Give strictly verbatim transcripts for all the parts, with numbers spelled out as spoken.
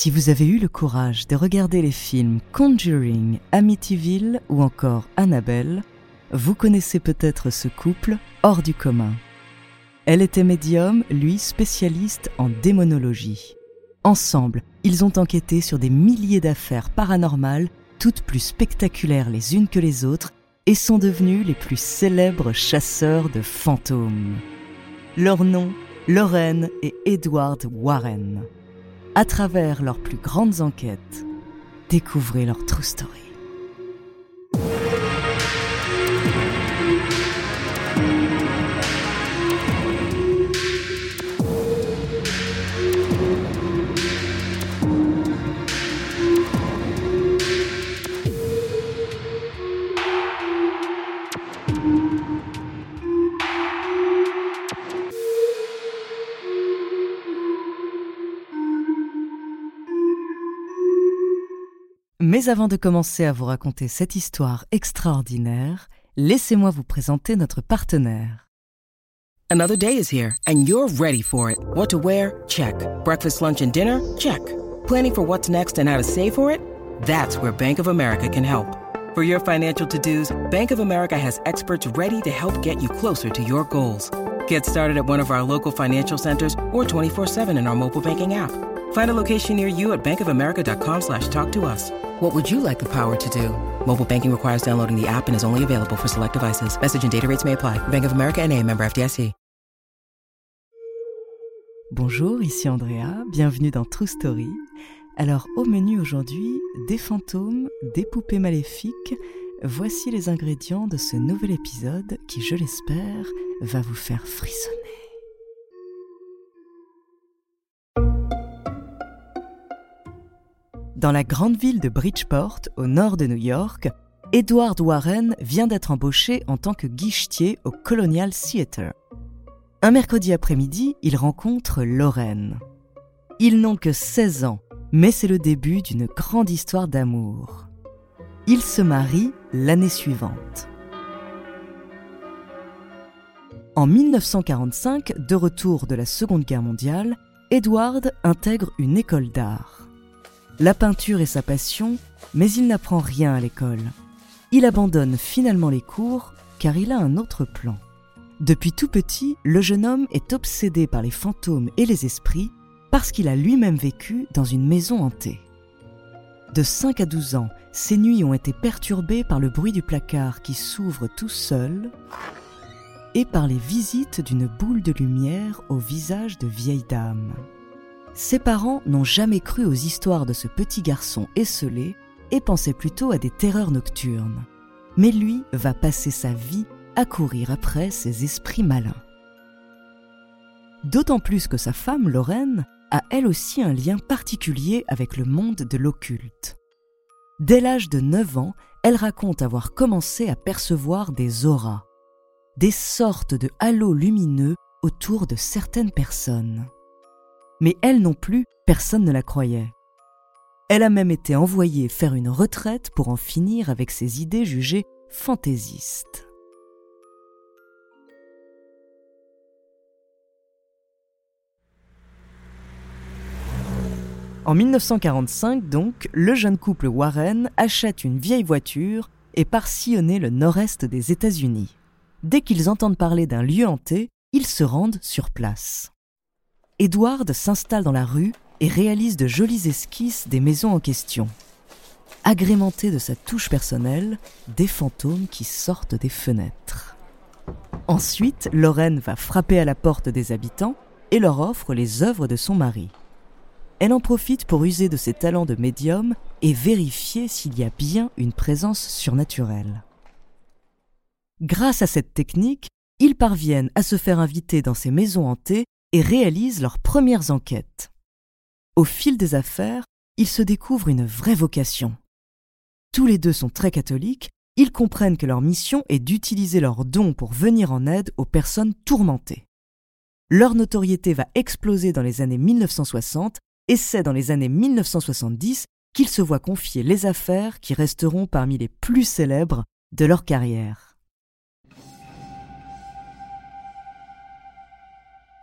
Si vous avez eu le courage de regarder les films Conjuring, Amityville ou encore Annabelle, vous connaissez peut-être ce couple hors du commun. Elle était médium, lui spécialiste en démonologie. Ensemble, ils ont enquêté sur des milliers d'affaires paranormales, toutes plus spectaculaires les unes que les autres, et sont devenus les plus célèbres chasseurs de fantômes. Leur nom, Lorraine et Edward Warren. À travers leurs plus grandes enquêtes, découvrez leur true story. Mais avant de commencer à vous raconter cette histoire extraordinaire, laissez-moi vous présenter notre partenaire. Another day is here, and you're ready for it. What to wear? Check. Breakfast, lunch, and dinner? Check. Planning for what's next and how to save for it? That's where Bank of America can help. For your financial to-dos, Bank of America has experts ready to help get you closer to your goals. Get started at one of our local financial centers or twenty-four seven in our mobile banking app. Find a location near you at bankofamerica.com slash talk to us. What would you like the power to do? Mobile banking requires downloading the app and is only available for select devices. Message and data rates may apply. Bank of America N A, member F D I C. Bonjour, ici Andrea, bienvenue dans True Story. Alors au menu aujourd'hui, des fantômes, des poupées maléfiques, voici les ingrédients de ce nouvel épisode qui, je l'espère, va vous faire frissonner. Dans la grande ville de Bridgeport, au nord de New York, Edward Warren vient d'être embauché en tant que guichetier au Colonial Theatre. Un mercredi après-midi, il rencontre Lorraine. Ils n'ont que seize ans, mais c'est le début d'une grande histoire d'amour. Ils se marient l'année suivante. En dix-neuf cent quarante-cinq, de retour de la Seconde Guerre mondiale, Edward intègre une école d'art. La peinture est sa passion, mais il n'apprend rien à l'école. Il abandonne finalement les cours car il a un autre plan. Depuis tout petit, le jeune homme est obsédé par les fantômes et les esprits parce qu'il a lui-même vécu dans une maison hantée. De cinq à douze ans, ses nuits ont été perturbées par le bruit du placard qui s'ouvre tout seul et par les visites d'une boule de lumière au visage de vieille dame. Ses parents n'ont jamais cru aux histoires de ce petit garçon esseulé et pensaient plutôt à des terreurs nocturnes. Mais lui va passer sa vie à courir après ces esprits malins. D'autant plus que sa femme, Lorraine, a elle aussi un lien particulier avec le monde de l'occulte. Dès l'âge de neuf ans, elle raconte avoir commencé à percevoir des auras, des sortes de halos lumineux autour de certaines personnes. Mais elle non plus, personne ne la croyait. Elle a même été envoyée faire une retraite pour en finir avec ses idées jugées fantaisistes. En dix-neuf cent quarante-cinq, donc, le jeune couple Warren achète une vieille voiture et part sillonner le nord-est des États-Unis. Dès qu'ils entendent parler d'un lieu hanté, ils se rendent sur place. Edward s'installe dans la rue et réalise de jolies esquisses des maisons en question. Agrémenté de sa touche personnelle, des fantômes qui sortent des fenêtres. Ensuite, Lorraine va frapper à la porte des habitants et leur offre les œuvres de son mari. Elle en profite pour user de ses talents de médium et vérifier s'il y a bien une présence surnaturelle. Grâce à cette technique, ils parviennent à se faire inviter dans ces maisons hantées et réalisent leurs premières enquêtes. Au fil des affaires, ils se découvrent une vraie vocation. Tous les deux sont très catholiques, ils comprennent que leur mission est d'utiliser leurs dons pour venir en aide aux personnes tourmentées. Leur notoriété va exploser dans les années dix-neuf cent soixante et c'est dans les années dix-neuf cent soixante-dix qu'ils se voient confier les affaires qui resteront parmi les plus célèbres de leur carrière.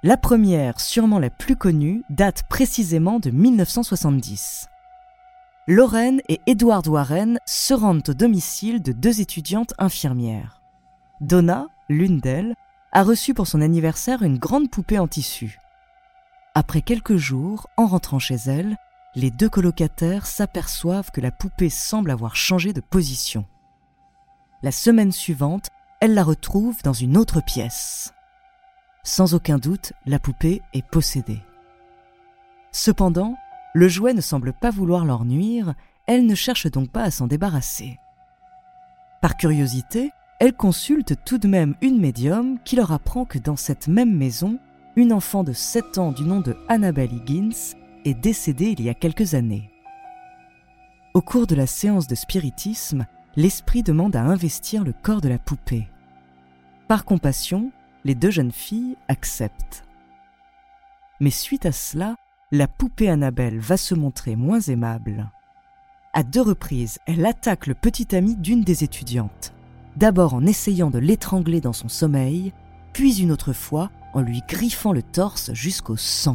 La première, sûrement la plus connue, date précisément de mille neuf cent soixante-dix. Lorraine et Edward Warren se rendent au domicile de deux étudiantes infirmières. Donna, l'une d'elles, a reçu pour son anniversaire une grande poupée en tissu. Après quelques jours, en rentrant chez elle, les deux colocataires s'aperçoivent que la poupée semble avoir changé de position. La semaine suivante, elles la retrouvent dans une autre pièce. Sans aucun doute, la poupée est possédée. Cependant, le jouet ne semble pas vouloir leur nuire, elles ne cherchent donc pas à s'en débarrasser. Par curiosité, elles consultent tout de même une médium qui leur apprend que dans cette même maison, une enfant de sept ans du nom de Annabelle Higgins est décédée il y a quelques années. Au cours de la séance de spiritisme, l'esprit demande à investir le corps de la poupée. Par compassion, les deux jeunes filles acceptent. Mais suite à cela, la poupée Annabelle va se montrer moins aimable. À deux reprises, elle attaque le petit ami d'une des étudiantes, d'abord en essayant de l'étrangler dans son sommeil, puis une autre fois en lui griffant le torse jusqu'au sang.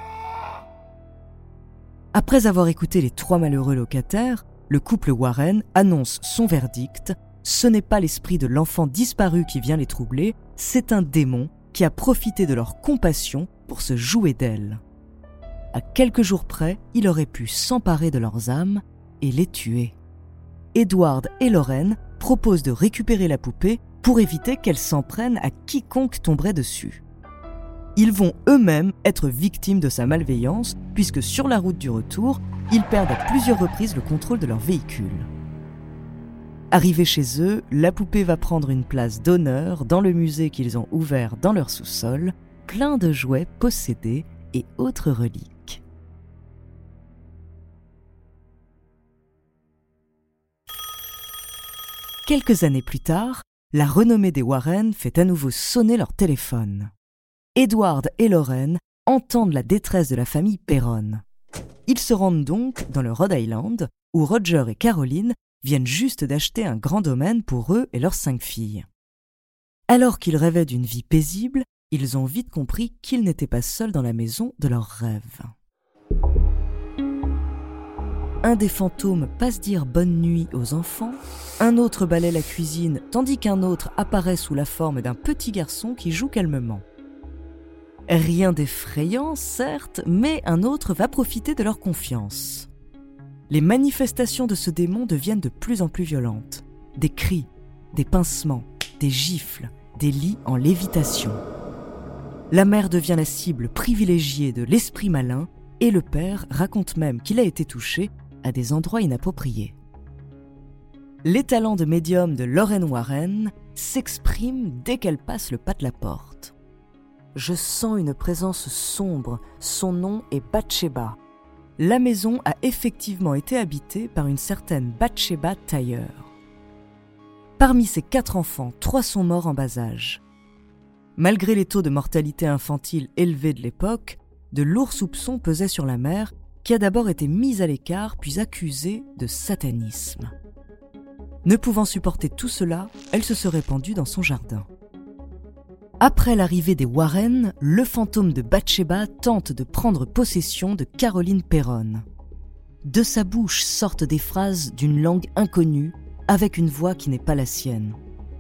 Après avoir écouté les trois malheureux locataires, le couple Warren annonce son verdict. Ce n'est pas l'esprit de l'enfant disparu qui vient les troubler, c'est un démon qui a profité de leur compassion pour se jouer d'elles. À quelques jours près, il aurait pu s'emparer de leurs âmes et les tuer. Edward et Lorraine proposent de récupérer la poupée pour éviter qu'elle s'en prenne à quiconque tomberait dessus. Ils vont eux-mêmes être victimes de sa malveillance, puisque sur la route du retour, ils perdent à plusieurs reprises le contrôle de leur véhicule. Arrivés chez eux, la poupée va prendre une place d'honneur dans le musée qu'ils ont ouvert dans leur sous-sol, plein de jouets possédés et autres reliques. Quelques années plus tard, la renommée des Warren fait à nouveau sonner leur téléphone. Edward et Lorraine entendent la détresse de la famille Perron. Ils se rendent donc dans le Rhode Island, où Roger et Caroline viennent juste d'acheter un grand domaine pour eux et leurs cinq filles. Alors qu'ils rêvaient d'une vie paisible, ils ont vite compris qu'ils n'étaient pas seuls dans la maison de leurs rêves. Un des fantômes passe dire bonne nuit aux enfants, un autre balaie la cuisine, tandis qu'un autre apparaît sous la forme d'un petit garçon qui joue calmement. Rien d'effrayant, certes, mais un autre va profiter de leur confiance. Les manifestations de ce démon deviennent de plus en plus violentes. Des cris, des pincements, des gifles, des lits en lévitation. La mère devient la cible privilégiée de l'esprit malin et le père raconte même qu'il a été touché à des endroits inappropriés. Les talents de médium de Lorraine Warren s'expriment dès qu'elle passe le pas de la porte. Je sens une présence sombre, son nom est Bathsheba. La maison a effectivement été habitée par une certaine Bathsheba Taylor. Parmi ses quatre enfants, trois sont morts en bas âge. Malgré les taux de mortalité infantile élevés de l'époque, de lourds soupçons pesaient sur la mère, qui a d'abord été mise à l'écart puis accusée de satanisme. Ne pouvant supporter tout cela, elle se serait pendue dans son jardin. Après l'arrivée des Warren, le fantôme de Bathsheba tente de prendre possession de Caroline Perron. De sa bouche sortent des phrases d'une langue inconnue, avec une voix qui n'est pas la sienne.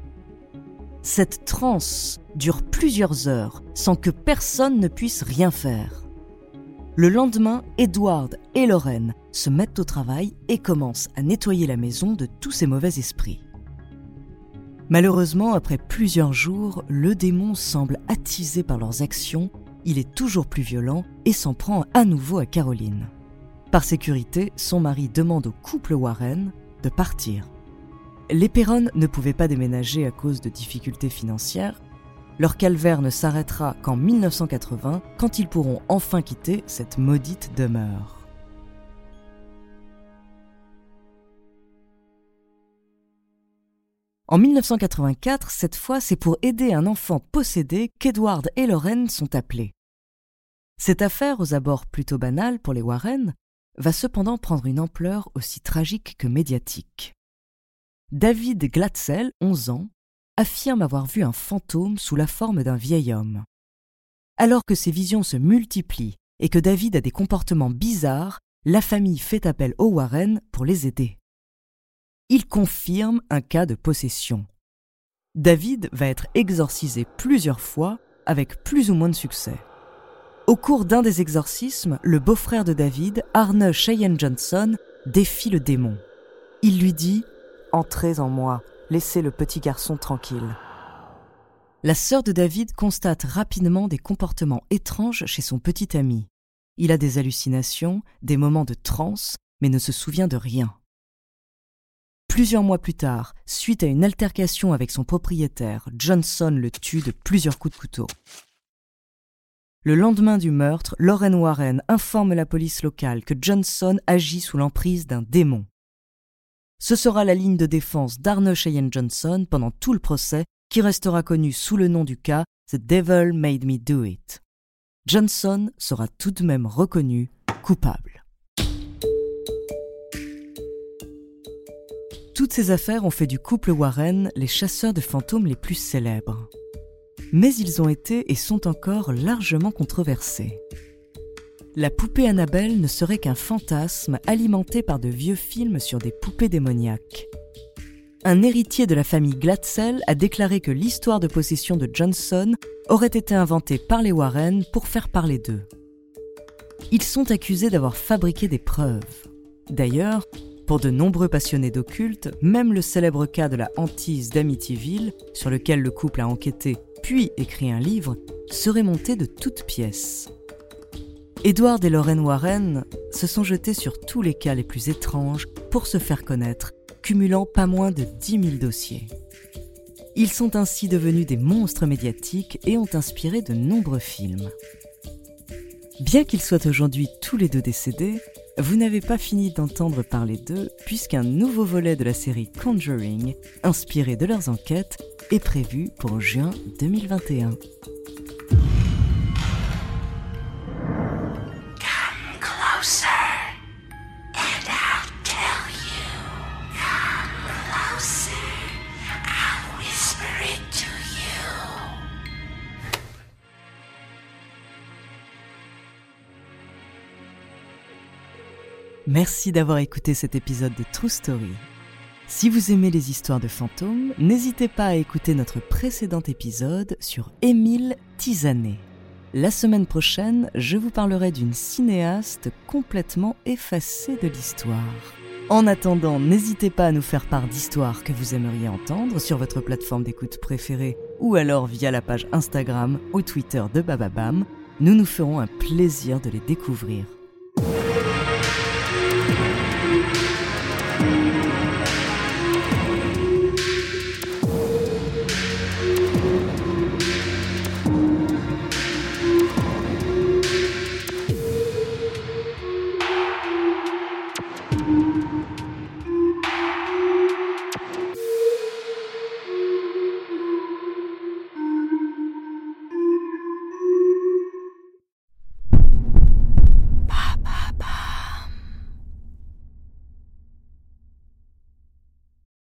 Cette transe dure plusieurs heures, sans que personne ne puisse rien faire. Le lendemain, Edward et Lorraine se mettent au travail et commencent à nettoyer la maison de tous ces mauvais esprits. Malheureusement, après plusieurs jours, le démon semble attisé par leurs actions, il est toujours plus violent et s'en prend à nouveau à Caroline. Par sécurité, son mari demande au couple Warren de partir. Les Perron ne pouvaient pas déménager à cause de difficultés financières. Leur calvaire ne s'arrêtera qu'en mille neuf cent quatre-vingts, quand ils pourront enfin quitter cette maudite demeure. En mille neuf cent quatre-vingt-quatre, cette fois, c'est pour aider un enfant possédé qu'Edward et Lorraine sont appelés. Cette affaire, aux abords plutôt banale pour les Warren, va cependant prendre une ampleur aussi tragique que médiatique. David Glatzel, onze ans, affirme avoir vu un fantôme sous la forme d'un vieil homme. Alors que ces visions se multiplient et que David a des comportements bizarres, la famille fait appel aux Warren pour les aider. Ils confirment un cas de possession. David va être exorcisé plusieurs fois avec plus ou moins de succès. Au cours d'un des exorcismes, le beau-frère de David, Arne Cheyenne Johnson, défie le démon. Il lui dit « Entrez en moi, laissez le petit garçon tranquille ». La sœur de David constate rapidement des comportements étranges chez son petit ami. Il a des hallucinations, des moments de transe, mais ne se souvient de rien. Plusieurs mois plus tard, suite à une altercation avec son propriétaire, Johnson le tue de plusieurs coups de couteau. Le lendemain du meurtre, Lorraine Warren informe la police locale que Johnson agit sous l'emprise d'un démon. Ce sera la ligne de défense d'Arne Cheyenne Johnson pendant tout le procès, qui restera connu sous le nom du cas « The Devil Made Me Do It ». Johnson sera tout de même reconnu coupable. Toutes ces affaires ont fait du couple Warren les chasseurs de fantômes les plus célèbres. Mais ils ont été et sont encore largement controversés. La poupée Annabelle ne serait qu'un fantasme alimenté par de vieux films sur des poupées démoniaques. Un héritier de la famille Glatzel a déclaré que l'histoire de possession de Johnson aurait été inventée par les Warren pour faire parler d'eux. Ils sont accusés d'avoir fabriqué des preuves. D'ailleurs, pour de nombreux passionnés d'occulte, même le célèbre cas de la hantise d'Amityville, sur lequel le couple a enquêté puis écrit un livre, serait monté de toutes pièces. Edward et Lorraine Warren se sont jetés sur tous les cas les plus étranges pour se faire connaître, cumulant pas moins de dix mille dossiers. Ils sont ainsi devenus des monstres médiatiques et ont inspiré de nombreux films. Bien qu'ils soient aujourd'hui tous les deux décédés, vous n'avez pas fini d'entendre parler d'eux puisqu'un nouveau volet de la série Conjuring, inspiré de leurs enquêtes, est prévu pour juin deux mille vingt et un. Come closer, and I'll tell you. Come closer, I'll whisper it to you. Merci d'avoir écouté cet épisode de True Story. Si vous aimez les histoires de fantômes, n'hésitez pas à écouter notre précédent épisode sur Émile Tisanet. La semaine prochaine, je vous parlerai d'une cinéaste complètement effacée de l'histoire. En attendant, n'hésitez pas à nous faire part d'histoires que vous aimeriez entendre sur votre plateforme d'écoute préférée ou alors via la page Instagram ou Twitter de Bababam. Nous nous ferons un plaisir de les découvrir.